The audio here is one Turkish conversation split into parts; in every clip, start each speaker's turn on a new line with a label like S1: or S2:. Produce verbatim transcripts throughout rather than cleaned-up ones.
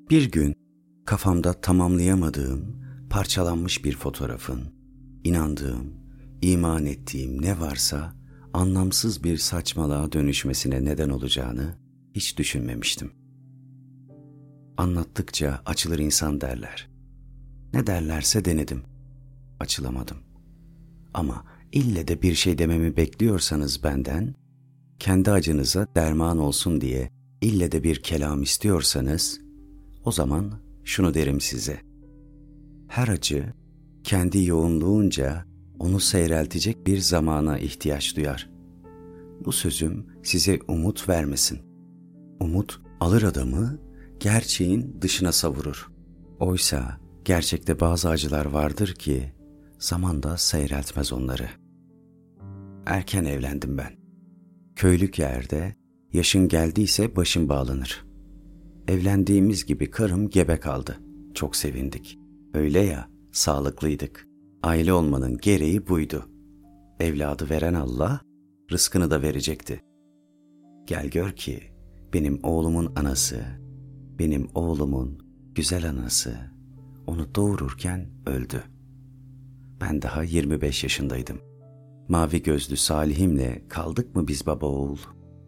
S1: Bir gün kafamda tamamlayamadığım, parçalanmış bir fotoğrafın, inandığım, iman ettiğim ne varsa anlamsız bir saçmalığa dönüşmesine neden olacağını hiç düşünmemiştim. Anlattıkça açılır insan derler. Ne derlerse denedim. Açılamadım. Ama ille de bir şey dememi bekliyorsanız benden, kendi acınıza derman olsun diye ille de bir kelam istiyorsanız, o zaman şunu derim size. Her acı kendi yoğunluğunca onu seyreltecek bir zamana ihtiyaç duyar. Bu sözüm size umut vermesin. Umut alır adamı gerçeğin dışına savurur. Oysa gerçekte bazı acılar vardır ki zaman da seyreltmez onları. Erken evlendim ben. Köylük yerde yaşın geldiyse başın bağlanır. Evlendiğimiz gibi karım gebe kaldı. Çok sevindik. Öyle ya, sağlıklıydık. Aile olmanın gereği buydu. Evladı veren Allah, rızkını da verecekti. Gel gör ki benim oğlumun anası, benim oğlumun güzel anası onu doğururken öldü. Ben daha yirmi beş yaşındaydım. Mavi gözlü Salih'imle kaldık mı biz baba oğul?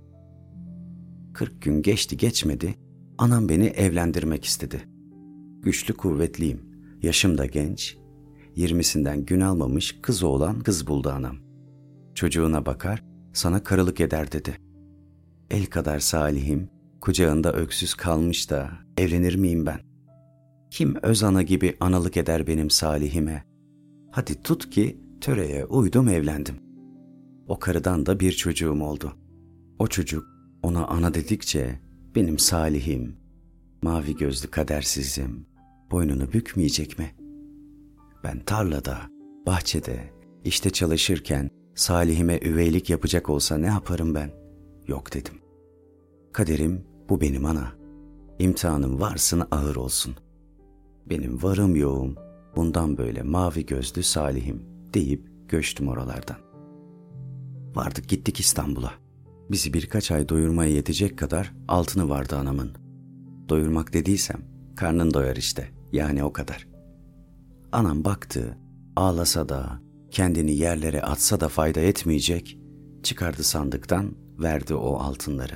S1: Kırk gün geçti geçmedi, anam beni evlendirmek istedi. Güçlü kuvvetliyim, yaşım da genç, yirmisinden gün almamış kız oğlan kız buldu anam. Çocuğuna bakar, sana karılık eder dedi. El kadar Salih'im, kucağında öksüz kalmış da evlenir miyim ben? Kim öz ana gibi analık eder benim Salih'ime? Hadi tut ki töreye uydum evlendim. O karıdan da bir çocuğum oldu. O çocuk ona ana dedikçe benim Salih'im, mavi gözlü kadersizim, boynunu bükmeyecek mi? Ben tarlada, bahçede, işte çalışırken Salih'ime üveylik yapacak olsa ne yaparım ben? Yok dedim. Kaderim bu benim ana. İmtihanım varsın ağır olsun. Benim varım yoğum, bundan böyle mavi gözlü Salih'im deyip göçtüm oralardan. Vardık gittik İstanbul'a. Bizi birkaç ay doyurmaya yetecek kadar altını vardı anamın. Doyurmak dediysem karnın doyar işte, yani o kadar. Anam baktı, ağlasa da, kendini yerlere atsa da fayda etmeyecek, çıkardı sandıktan, verdi o altınları.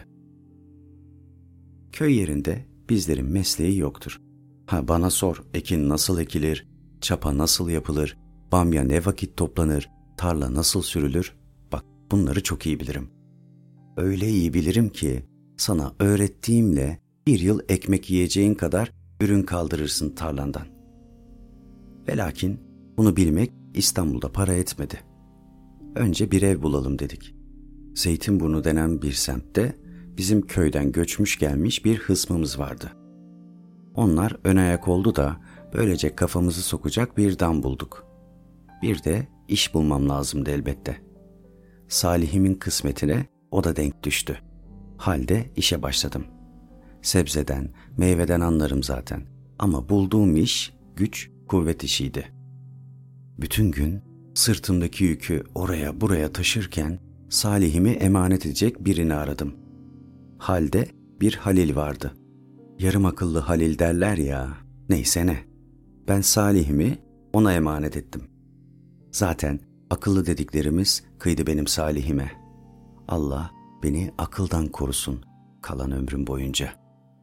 S1: Köy yerinde bizlerin mesleği yoktur. Ha bana sor, ekin nasıl ekilir, çapa nasıl yapılır, bamya ne vakit toplanır, tarla nasıl sürülür, bak bunları çok iyi bilirim. Öyle iyi bilirim ki sana öğrettiğimle bir yıl ekmek yiyeceğin kadar ürün kaldırırsın tarlandan. Ve lakin bunu bilmek İstanbul'da para etmedi. Önce bir ev bulalım dedik. Zeytinburnu denen bir semtte bizim köyden göçmüş gelmiş bir hısmımız vardı. Onlar ön ayak oldu da böylece kafamızı sokacak bir dam bulduk. Bir de iş bulmam lazımdı elbette. Salih'imin kısmetine o da denk düştü. Halde işe başladım. Sebzeden, meyveden anlarım zaten. Ama bulduğum iş güç, kuvvet işiydi. Bütün gün sırtımdaki yükü oraya buraya taşırken Salih'imi emanet edecek birini aradım. Halde bir Halil vardı. Yarım akıllı Halil derler ya, neyse ne. Ben Salih'imi ona emanet ettim. Zaten akıllı dediklerimiz kıydı benim Salih'ime. Allah beni akıldan korusun kalan ömrüm boyunca.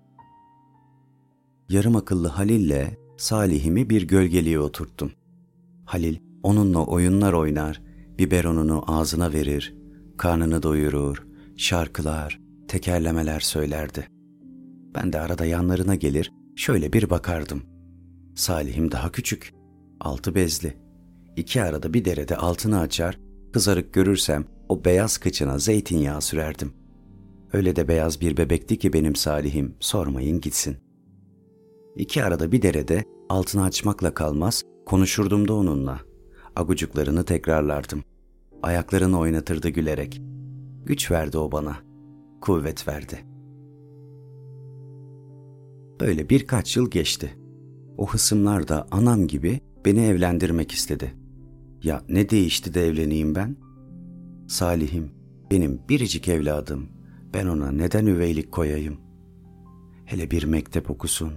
S1: Yarım akıllı Halil'le Salih'imi bir gölgeliğe oturttum. Halil onunla oyunlar oynar, biberonunu ağzına verir, karnını doyurur, şarkılar, tekerlemeler söylerdi. Ben de arada yanlarına gelir, şöyle bir bakardım. Salih'im daha küçük, altı bezli. İki arada bir derede altını açar, kızarık görürsem o beyaz kıçına zeytinyağı sürerdim. Öyle de beyaz bir bebekti ki benim Salih'im, sormayın gitsin. İki arada bir derede altını açmakla kalmaz, konuşurdum da onunla. Agucuklarını tekrarlardım. Ayaklarını oynatırdı gülerek. Güç verdi o bana, kuvvet verdi. Böyle birkaç yıl geçti. O hısımlar da anam gibi beni evlendirmek istedi. Ya ne değişti de evleneyim ben? Salih'im benim biricik evladım. Ben ona neden üveylik koyayım? Hele bir mektep okusun,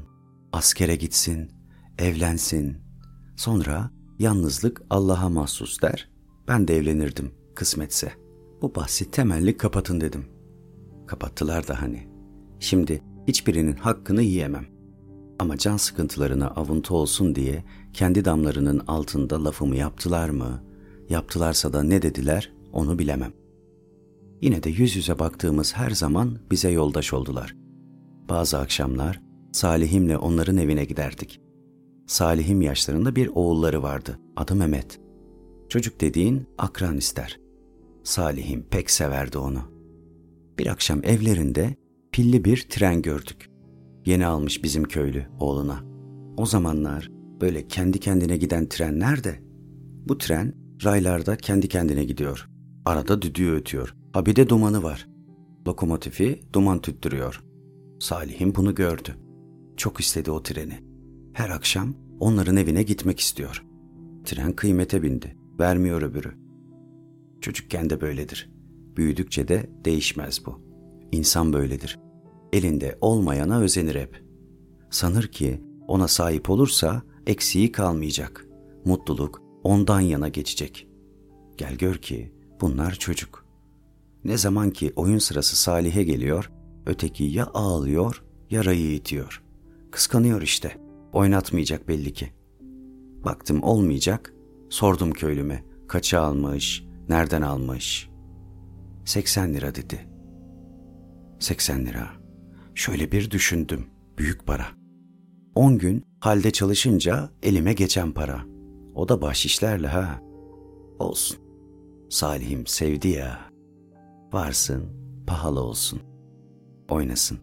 S1: askere gitsin, evlensin. Sonra yalnızlık Allah'a mahsus der, ben de evlenirdim kısmetse. Bu bahsi temelli kapatın dedim. Kapattılar da hani. Şimdi hiçbirinin hakkını yiyemem. Ama can sıkıntılarına avuntu olsun diye kendi damlarının altında lafımı yaptılar mı? Yaptılarsa da ne dediler onu bilemem. Yine de yüz yüze baktığımız her zaman bize yoldaş oldular. Bazı akşamlar Salih'imle onların evine giderdik. Salih'im yaşlarında bir oğulları vardı. Adı Mehmet. Çocuk dediğin akran ister. Salih'im pek severdi onu. Bir akşam evlerinde pilli bir tren gördük. Yeni almış bizim köylü oğluna. O zamanlar böyle kendi kendine giden tren nerede? Bu tren raylarda kendi kendine gidiyor. Arada düdüğü ötüyor. Ha bir de dumanı var. Lokomotifi duman tüttürüyor. Salih'im bunu gördü. Çok istedi o treni. Her akşam onların evine gitmek istiyor. Tren kıymete bindi. Vermiyor öbürü. Çocukken de böyledir. Büyüdükçe de değişmez bu. İnsan böyledir. Elinde olmayana özenir hep. Sanır ki ona sahip olursa eksiği kalmayacak. Mutluluk ondan yana geçecek. Gel gör ki bunlar çocuk. Ne zaman ki oyun sırası Salih'e geliyor, öteki ya ağlıyor ya rayı itiyor. Kıskanıyor işte. Oynatmayacak belli ki. Baktım olmayacak, sordum köylüme. Kaça almış, nereden almış? seksen lira dedi. seksen lira. Şöyle bir düşündüm. Büyük para. on gün halde çalışınca elime geçen para. O da bahşişlerle ha. Olsun. Salih'im sevdi ya. Varsın, pahalı olsun. Oynasın.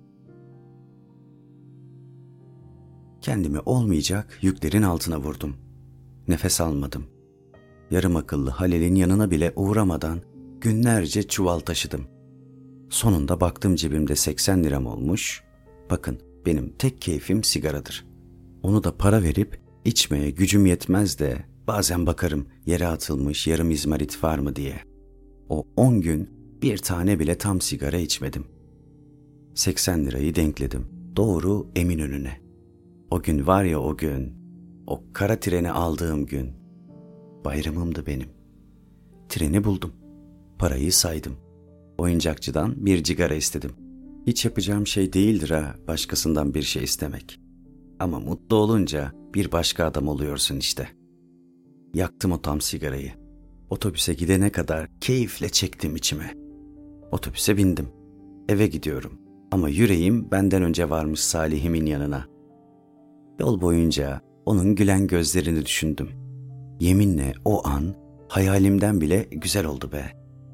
S1: Kendimi olmayacak yüklerin altına vurdum. Nefes almadım. Yarım akıllı Halil'in yanına bile uğramadan günlerce çuval taşıdım. Sonunda baktım cebimde seksen liram olmuş. Bakın benim tek keyfim sigaradır. Onu da para verip içmeye gücüm yetmez de bazen bakarım yere atılmış yarım izmarit var mı diye. O on gün bir tane bile tam sigara içmedim. seksen lirayı denkledim. Doğru Eminönü'ne. O gün var ya o gün, o kara treni aldığım gün. Bayramımdı benim. Treni buldum. Parayı saydım. Oyuncakçıdan bir cigara istedim. Hiç yapacağım şey değildir ha başkasından bir şey istemek. Ama mutlu olunca bir başka adam oluyorsun işte. Yaktım o tam sigarayı. Otobüse gidene kadar keyifle çektim içime. Otobüse bindim. Eve gidiyorum. Ama yüreğim benden önce varmış Salih'imin yanına. Yol boyunca onun gülen gözlerini düşündüm. Yeminle o an hayalimden bile güzel oldu be.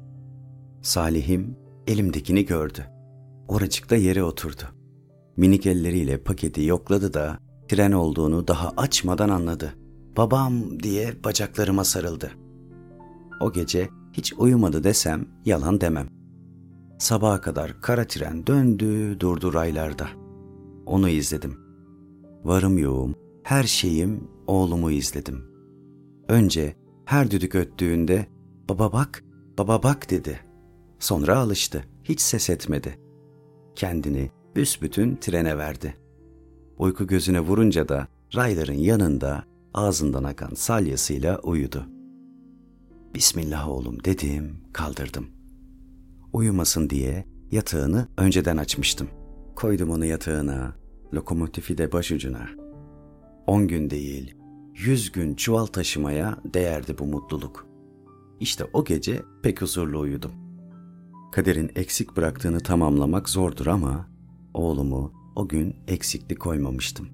S1: Salih'im elimdekini gördü. Oracıkta yere oturdu. Minik elleriyle paketi yokladı da tren olduğunu daha açmadan anladı. Babam diye bacaklarıma sarıldı. O gece hiç uyumadı desem yalan demem. Sabaha kadar kara tren döndü durdu raylarda. Onu izledim. Varım yoğum, her şeyim oğlumu izledim. Önce her düdük öttüğünde baba bak, baba bak dedi. Sonra alıştı, hiç ses etmedi. Kendini büsbütün trene verdi. Uyku gözüne vurunca da rayların yanında ağzından akan salyasıyla uyudu. Bismillah oğlum dedim, kaldırdım. Uyumasın diye yatağını önceden açmıştım. Koydum onu yatağına, lokomotifi de başucuna. On gün değil, yüz gün çuval taşımaya değerdi bu mutluluk. İşte o gece pek huzurlu uyudum. Kaderin eksik bıraktığını tamamlamak zordur ama oğlumu o gün eksiklik koymamıştım.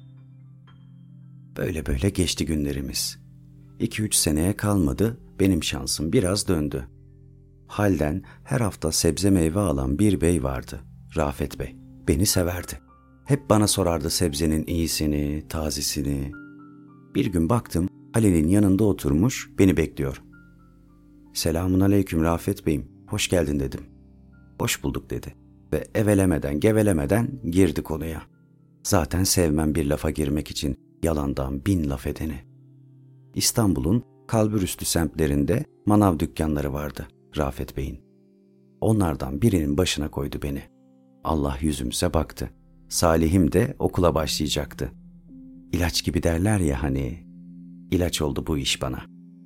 S1: Böyle böyle geçti günlerimiz. İki üç seneye kalmadı, benim şansım biraz döndü. Halden her hafta sebze meyve alan bir bey vardı, Rafet Bey. Beni severdi. Hep bana sorardı sebzenin iyisini, tazesini. Bir gün baktım Halil'in yanında oturmuş beni bekliyor. Selamun aleyküm Rafet Bey'im, hoş geldin dedim. Hoş bulduk dedi ve evelemeden gevelemeden girdi konuya. Zaten sevmem bir lafa girmek için yalandan bin laf edeni. İstanbul'un kalburüstü semtlerinde manav dükkanları vardı Rafet Bey'in. Onlardan birinin başına koydu beni. Allah yüzümüze baktı. Salih'im de okula başlayacaktı. İlaç gibi derler ya hani, ilaç oldu bu iş bana.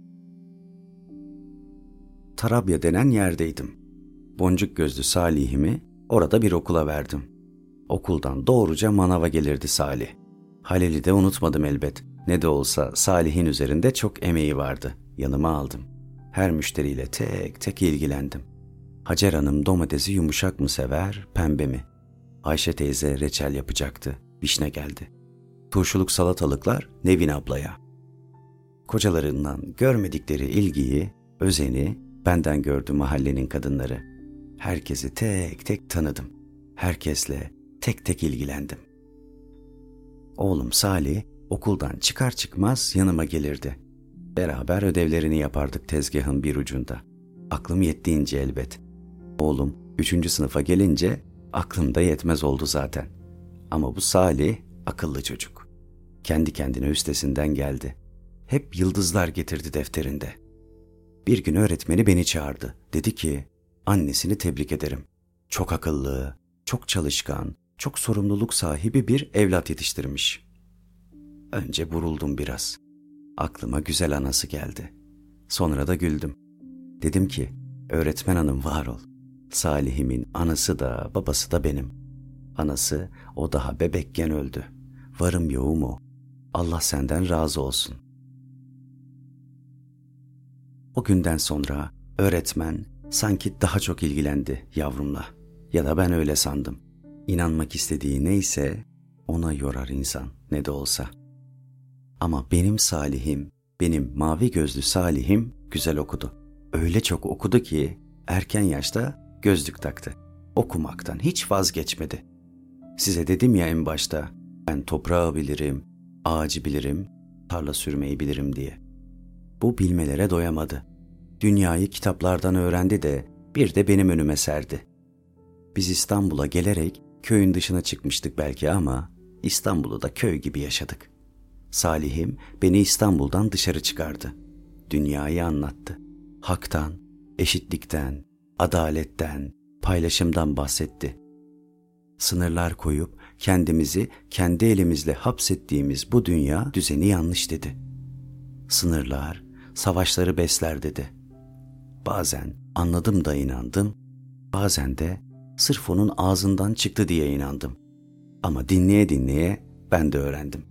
S1: Tarabya denen yerdeydim. Boncuk gözlü Salih'imi orada bir okula verdim. Okuldan doğruca manava gelirdi Salih. Halil'i de unutmadım elbet. Ne de olsa Salih'in üzerinde çok emeği vardı. Yanıma aldım. Her müşteriyle tek tek ilgilendim. Hacer Hanım domatesi yumuşak mı sever, pembe mi? Ayşe teyze reçel yapacaktı. Vişne geldi. Turşuluk salatalıklar Nevin ablaya. Kocalarından görmedikleri ilgiyi, özeni benden gördü mahallenin kadınları. Herkesi tek tek tanıdım. Herkesle tek tek ilgilendim. Oğlum Salih okuldan çıkar çıkmaz yanıma gelirdi. Beraber ödevlerini yapardık tezgahın bir ucunda. Aklım yettiğince elbet. Oğlum üçüncü sınıfa gelince aklım da yetmez oldu zaten. Ama bu Salih akıllı çocuk. Kendi kendine üstesinden geldi. Hep yıldızlar getirdi defterinde. Bir gün öğretmeni beni çağırdı. Dedi ki, annesini tebrik ederim. Çok akıllı, çok çalışkan, çok sorumluluk sahibi bir evlat yetiştirmiş. Önce buruldum biraz. Aklıma güzel anası geldi. Sonra da güldüm. Dedim ki, öğretmen hanım var ol. Salih'imin anası da babası da benim. Anası o daha bebekken öldü. Varım yoğum o. Allah senden razı olsun. O günden sonra öğretmen sanki daha çok ilgilendi yavrumla. Ya da ben öyle sandım. İnanmak istediği neyse ona yorar insan ne de olsa. Ama benim Salih'im, benim mavi gözlü Salih'im güzel okudu. Öyle çok okudu ki erken yaşta gözlük taktı. Okumaktan hiç vazgeçmedi. Size dedim ya en başta, ben toprağı bilirim, ağacı bilirim, tarla sürmeyi bilirim diye. Bu bilmelere doyamadı. Dünyayı kitaplardan öğrendi de bir de benim önüme serdi. Biz İstanbul'a gelerek köyün dışına çıkmıştık belki ama İstanbul'u da köy gibi yaşadık. Salih'im beni İstanbul'dan dışarı çıkardı. Dünyayı anlattı. Haktan, eşitlikten, adaletten, paylaşımdan bahsetti. Sınırlar koyup kendimizi kendi elimizle hapsettiğimiz bu dünya düzeni yanlış dedi. Sınırlar, savaşları besler dedi. Bazen anladım da inandım, bazen de sırf onun ağzından çıktı diye inandım. Ama dinleye dinleye ben de öğrendim.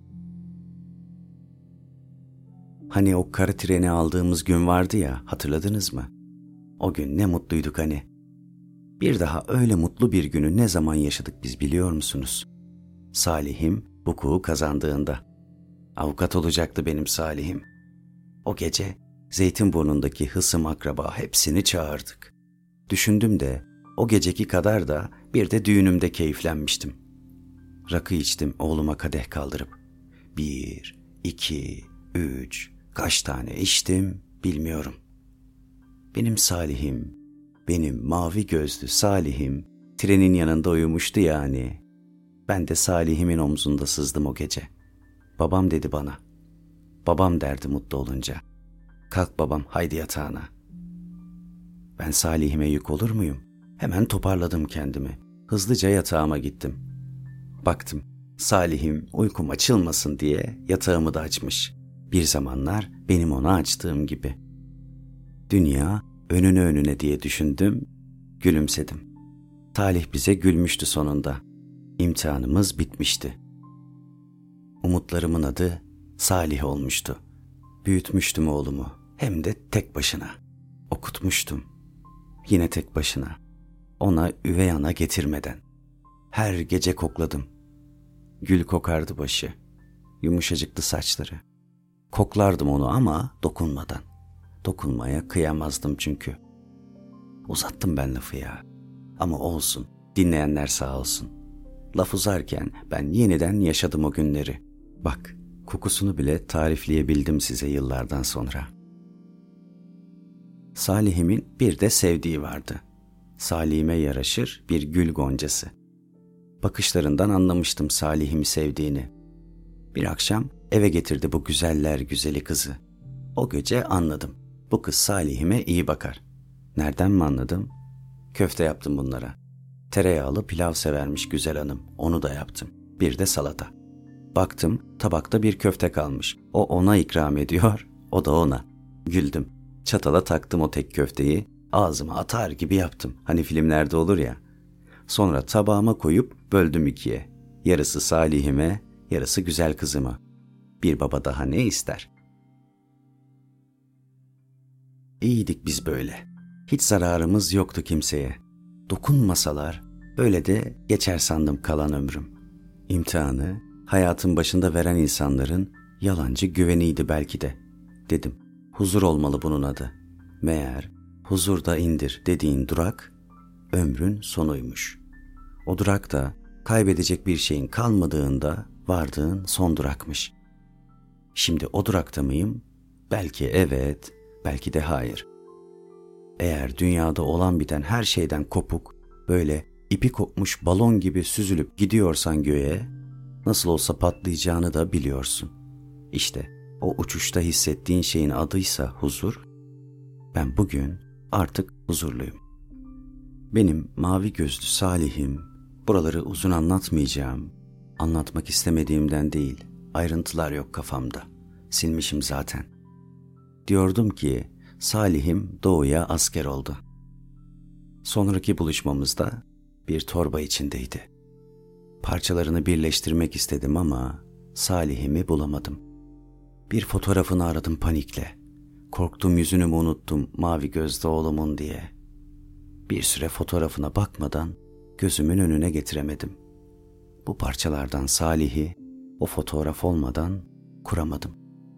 S1: Hani o kara treni aldığımız gün vardı ya, hatırladınız mı? O gün ne mutluyduk hani. Bir daha öyle mutlu bir günü ne zaman yaşadık biz biliyor musunuz? Salih'im hukuku kazandığında. Avukat olacaktı benim Salih'im. O gece Zeytinburnu'ndaki hısım akraba hepsini çağırdık. Düşündüm de o geceki kadar da bir de düğünümde keyiflenmiştim. Rakı içtim oğluma kadeh kaldırıp. Bir, iki, üç, kaç tane içtim bilmiyorum. Benim Salih'im, benim mavi gözlü Salih'im trenin yanında uyumuştu yani. Ben de Salih'imin omzunda sızdım o gece. Babam dedi bana. Babam derdi mutlu olunca. Kalk babam haydi yatağına. Ben Salih'ime yük olur muyum? Hemen toparladım kendimi. Hızlıca yatağıma gittim. Baktım Salih'im uykum açılmasın diye yatağımı da açmış. Bir zamanlar benim ona açtığım gibi. Dünya önüne önüne diye düşündüm, gülümsedim. Talih bize gülmüştü sonunda. İmtihanımız bitmişti. Umutlarımın adı Salih olmuştu. Büyütmüştüm oğlumu, hem de tek başına. Okutmuştum, yine tek başına. Ona üvey ana getirmeden. Her gece kokladım. Gül kokardı başı, yumuşacıktı saçları. Koklardım onu ama dokunmadan. Dokunmaya kıyamazdım çünkü. Uzattım ben lafı ya. Ama olsun, dinleyenler sağ olsun. Laf uzarken ben yeniden yaşadım o günleri. Bak, kokusunu bile tarifleyebildim size yıllardan sonra. Salih'imin bir de sevdiği vardı. Salih'ime yaraşır bir gül goncası. Bakışlarından anlamıştım Salih'imi sevdiğini. Bir akşam eve getirdi bu güzeller güzeli kızı. O gece anladım. Bu kız Salih'ime iyi bakar. Nereden mi anladım? Köfte yaptım bunlara. Tereyağlı pilav severmiş güzel hanım. Onu da yaptım. Bir de salata. Baktım tabakta bir köfte kalmış. O ona ikram ediyor, o da ona. Güldüm. Çatala taktım o tek köfteyi. Ağzıma atar gibi yaptım. Hani filmlerde olur ya. Sonra tabağıma koyup böldüm ikiye. Yarısı Salih'ime, yarısı güzel kızıma. Bir baba daha ne ister? İyiydik biz böyle. Hiç zararımız yoktu kimseye. Dokunmasalar böyle de geçer sandım kalan ömrüm. İmtihanı hayatın başında veren insanların yalancı güveniydi belki de. Dedim, huzur olmalı bunun adı. Meğer huzurda indir dediğin durak ömrün sonuymuş. O durak da kaybedecek bir şeyin kalmadığında vardığın son durakmış. Şimdi o durakta mıyım? Belki evet, belki de hayır. Eğer dünyada olan biten her şeyden kopuk, böyle ipi kopmuş balon gibi süzülüp gidiyorsan göğe, nasıl olsa patlayacağını da biliyorsun. İşte o uçuşta hissettiğin şeyin adıysa huzur, ben bugün artık huzurluyum. Benim mavi gözlü Salih'im, buraları uzun anlatmayacağım, anlatmak istemediğimden değil, ayrıntılar yok kafamda, silmişim zaten. Diyordum ki, Salih'im doğuya asker oldu. Sonraki buluşmamızda bir torba içindeydi. Parçalarını birleştirmek istedim ama Salih'imi bulamadım. Bir fotoğrafını aradım panikle. Korktum yüzünü mü unuttum mavi gözlü oğlumun diye. Bir süre fotoğrafına bakmadan gözümün önüne getiremedim. Bu parçalardan Salih'i o fotoğraf olmadan kuramadım.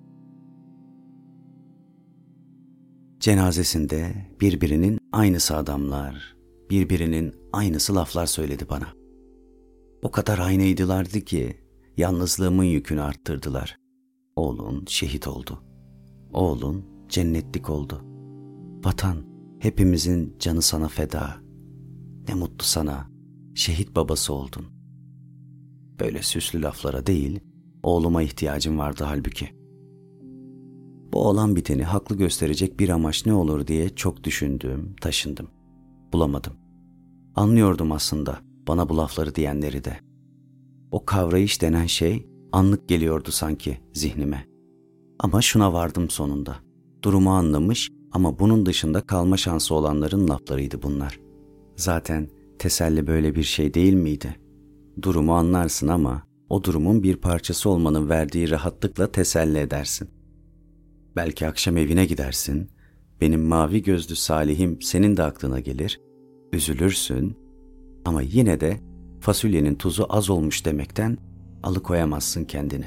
S1: Cenazesinde birbirinin aynısı adamlar, birbirinin aynısı laflar söyledi bana. O kadar aynıydılardı ki yalnızlığımın yükünü arttırdılar. Oğlun şehit oldu. Oğlun cennetlik oldu. Vatan, hepimizin canı sana feda. Ne mutlu sana, şehit babası oldun. Böyle süslü laflara değil, oğluma ihtiyacım vardı halbuki. Bu olan biteni haklı gösterecek bir amaç ne olur diye çok düşündüm, taşındım. Bulamadım. Anlıyordum aslında bana bu lafları diyenleri de. O kavrayış denen şey anlık geliyordu sanki zihnime. Ama şuna vardım sonunda. Durumu anlamış ama bunun dışında kalma şansı olanların laflarıydı bunlar. Zaten teselli böyle bir şey değil miydi? Durumu anlarsın ama o durumun bir parçası olmanın verdiği rahatlıkla teselli edersin. Belki akşam evine gidersin, benim mavi gözlü Salih'im senin de aklına gelir, üzülürsün ama yine de fasulyenin tuzu az olmuş demekten alıkoyamazsın kendini.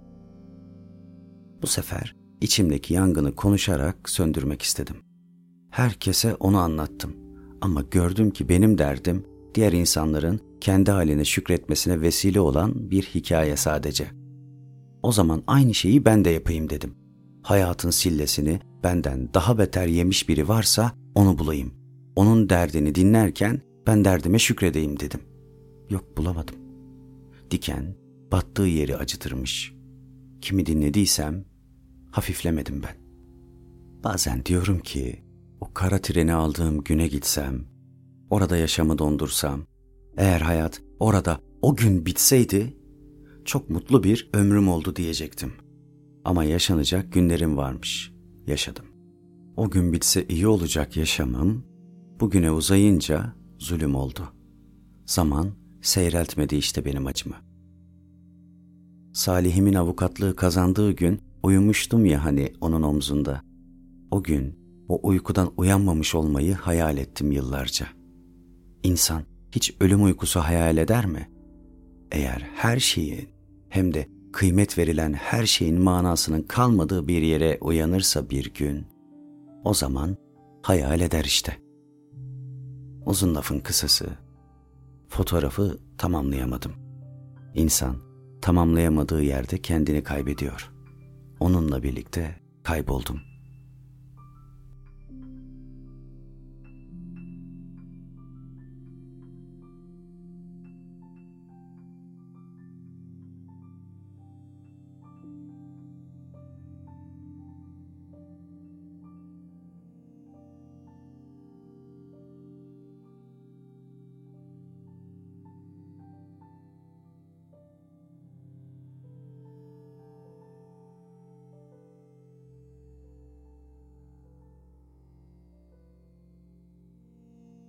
S1: Bu sefer içimdeki yangını konuşarak söndürmek istedim. Herkese onu anlattım ama gördüm ki benim derdim diğer insanların kendi haline şükretmesine vesile olan bir hikaye sadece. O zaman aynı şeyi ben de yapayım dedim. Hayatın sillesini benden daha beter yemiş biri varsa onu bulayım. Onun derdini dinlerken ben derdime şükredeyim dedim. Yok, bulamadım. Diken battığı yeri acıtırmış. Kimi dinlediysem hafiflemedim ben. Bazen diyorum ki o kara treni aldığım güne gitsem, orada yaşamı dondursam, eğer hayat orada o gün bitseydi çok mutlu bir ömrüm oldu diyecektim. Ama yaşanacak günlerim varmış. Yaşadım. O gün bitse iyi olacak yaşamım, bugüne uzayınca zulüm oldu. Zaman seyreltmedi işte benim acımı. Salih'imin avukatlığı kazandığı gün uyumuştum ya hani onun omzunda. O gün o uykudan uyanmamış olmayı hayal ettim yıllarca. İnsan hiç ölüm uykusu hayal eder mi? Eğer her şeyin hem de kıymet verilen her şeyin manasının kalmadığı bir yere uyanırsa bir gün, o zaman hayal eder işte. Uzun lafın kısası, fotoğrafı tamamlayamadım. İnsan tamamlayamadığı yerde kendini kaybediyor. Onunla birlikte kayboldum.